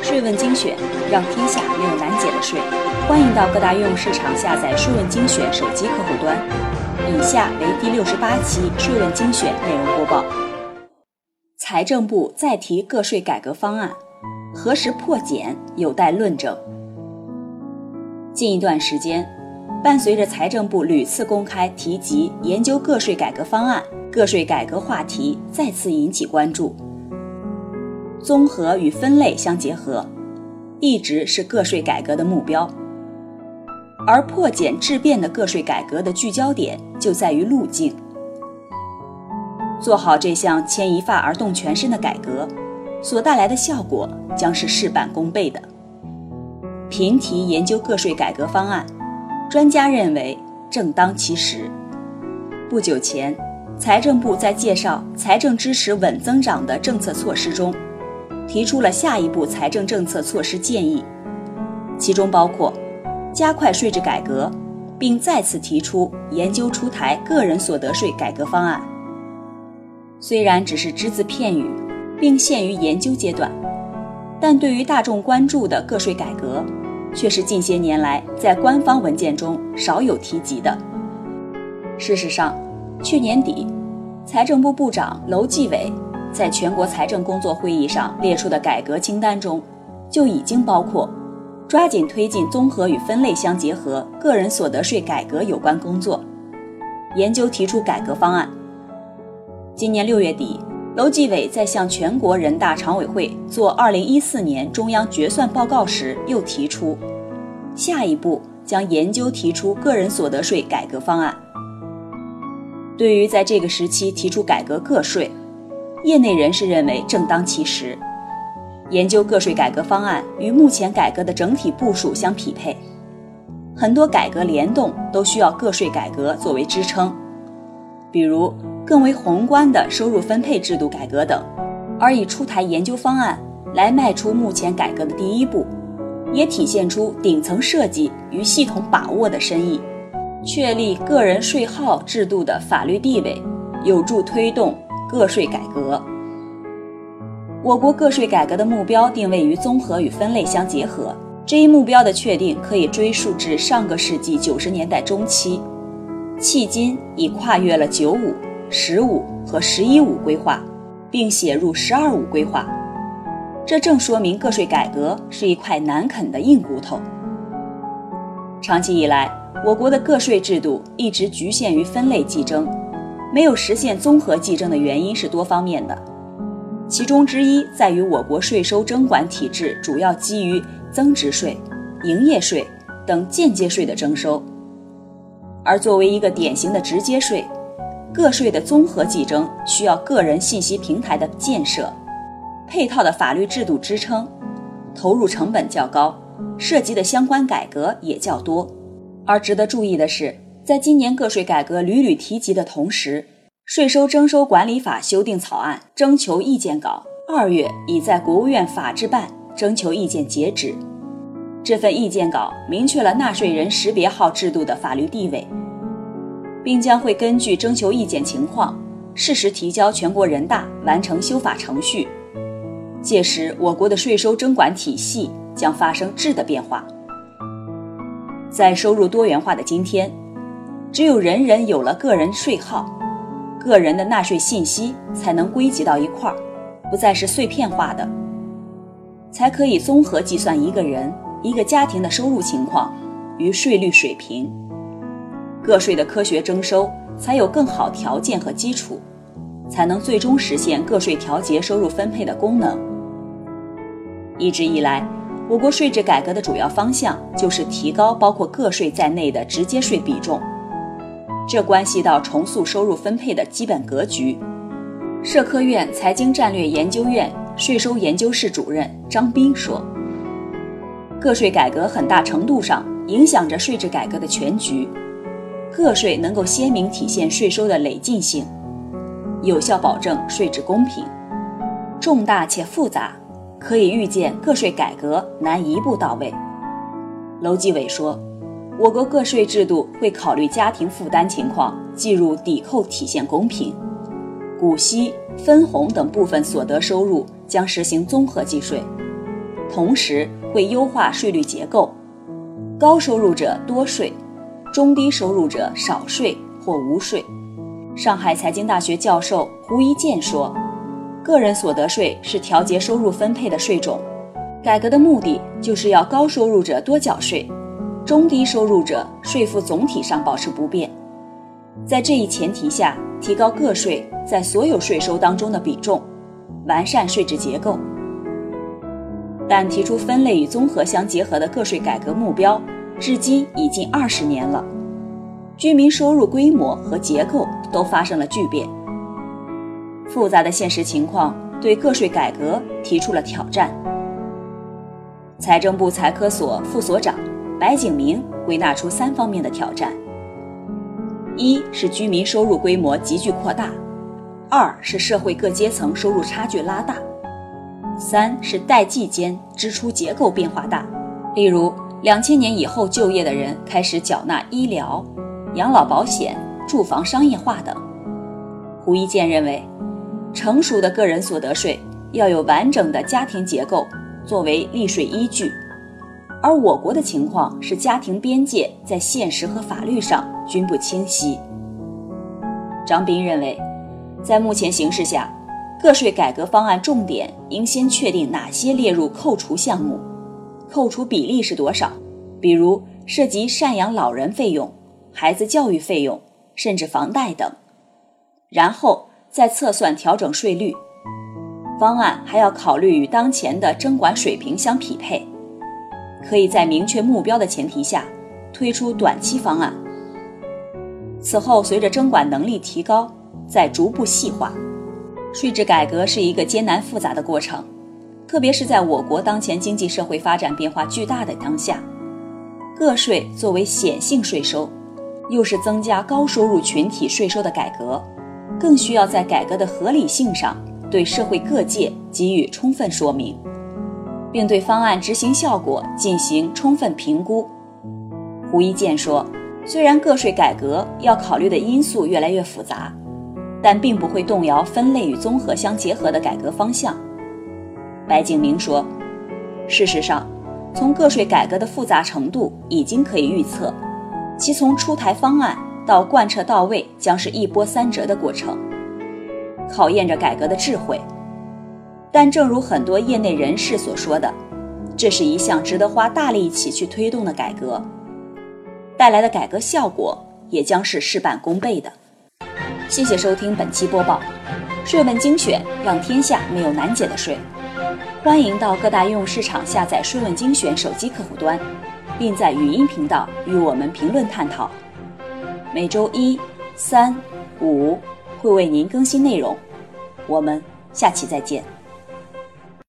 税问精选，让天下没有难解的税。欢迎到各大应用市场下载税问精选手机客户端。以下为第68期税问精选内容播报。财政部再提个税改革方案，何时破减有待论证。近一段时间，伴随着财政部屡次公开提及研究个税改革方案，个税改革话题再次引起关注。综合与分类相结合，一直是个税改革的目标。而破减质变的个税改革的聚焦点就在于路径。做好这项牵一发而动全身的改革，所带来的效果将是事半功倍的。评提研究个税改革方案，专家认为正当其时。不久前，财政部在介绍财政支持稳增长的政策措施中，提出了下一步财政政策措施建议，其中包括加快税制改革，并再次提出研究出台个人所得税改革方案。虽然只是只字片语，并限于研究阶段，但对于大众关注的个税改革，却是近些年来在官方文件中少有提及的。事实上，去年底，财政部部长楼继伟在全国财政工作会议上列出的改革清单中，就已经包括抓紧推进综合与分类相结合个人所得税改革有关工作，研究提出改革方案。今年6月底，楼继伟在向全国人大常委会做2014年中央决算报告时又提出，下一步将研究提出个人所得税改革方案。对于在这个时期提出改革个税，业内人士认为正当其时。研究个税改革方案与目前改革的整体部署相匹配，很多改革联动都需要个税改革作为支撑，比如更为宏观的收入分配制度改革等，而以出台研究方案来迈出目前改革的第一步，也体现出顶层设计与系统把握的深意，确立个人税号制度的法律地位，有助推动个税改革。我国个税改革的目标定位于综合与分类相结合，这一目标的确定可以追溯至上个世纪90年代中期，迄今已跨越了95、15和11.5规划，并写入12.5规划。这正说明个税改革是一块难啃的硬骨头。长期以来，我国的个税制度一直局限于分类计征，没有实现综合计征的原因是多方面的，其中之一在于我国税收征管体制主要基于增值税、营业税等间接税的征收，而作为一个典型的直接税，个税的综合计征需要个人信息平台的建设、配套的法律制度支撑，投入成本较高，涉及的相关改革也较多。而值得注意的是，在今年个税改革屡屡提及的同时，税收征收管理法修订草案征求意见稿2月已在国务院法制办征求意见截止。这份意见稿明确了纳税人识别号制度的法律地位，并将会根据征求意见情况，适时提交全国人大完成修法程序。届时，我国的税收征管体系将发生质的变化。在收入多元化的今天，只有人人有了个人税号，个人的纳税信息才能归集到一块儿，不再是碎片化的，才可以综合计算一个人、一个家庭的收入情况与税率水平。个税的科学征收才有更好条件和基础，才能最终实现个税调节收入分配的功能。一直以来，我国税制改革的主要方向就是提高包括个税在内的直接税比重，这关系到重塑收入分配的基本格局。社科院财经战略研究院税收研究室主任张斌说，个税改革很大程度上影响着税制改革的全局，个税能够鲜明体现税收的累进性，有效保证税制公平。重大且复杂，可以预见个税改革难一步到位。楼继伟说，我国个税制度会考虑家庭负担情况，计入抵扣体现公平，股息、分红等部分所得收入将实行综合计税， 同时会优化税率结构，高收入者多税，中低收入者少税或无税。上海财经大学教授胡一健说，个人所得税是调节收入分配的税种，改革的目的就是要高收入者多缴税，中低收入者税负总体上保持不变。在这一前提下，提高个税在所有税收当中的比重，完善税制结构。但提出分类与综合相结合的个税改革目标，至今已近20年了，居民收入规模和结构都发生了巨变。复杂的现实情况对个税改革提出了挑战。财政部财科所副所长白景明归纳出3方面的挑战：一是居民收入规模急剧扩大；2是社会各阶层收入差距拉大；3是代际间支出结构变化大，例如2000年以后就业的人开始缴纳医疗、养老保险、住房商业化等。胡一健认为，成熟的个人所得税要有完整的家庭结构作为立税依据，而我国的情况是家庭边界在现实和法律上均不清晰。张斌认为，在目前形势下，个税改革方案重点应先确定哪些列入扣除项目，扣除比例是多少，比如涉及赡养老人费用、孩子教育费用，甚至房贷等，然后再测算调整税率。方案还要考虑与当前的征管水平相匹配，可以在明确目标的前提下推出短期方案，此后随着征管能力提高再逐步细化。税制改革是一个艰难复杂的过程，特别是在我国当前经济社会发展变化巨大的当下，个税作为显性税收，又是增加高收入群体税收的改革，更需要在改革的合理性上对社会各界给予充分说明，并对方案执行效果进行充分评估。胡一健说，虽然个税改革要考虑的因素越来越复杂，但并不会动摇分类与综合相结合的改革方向。白景明说，事实上，从个税改革的复杂程度已经可以预测，其从出台方案到贯彻到位将是一波三折的过程，考验着改革的智慧。但正如很多业内人士所说的，这是一项值得花大力气去推动的改革，带来的改革效果也将是事半功倍的。谢谢收听本期播报，税问精选，让天下没有难解的税。欢迎到各大应用市场下载税问精选手机客户端，并在语音频道与我们评论探讨。每周1、3、5会为您更新内容，我们下期再见。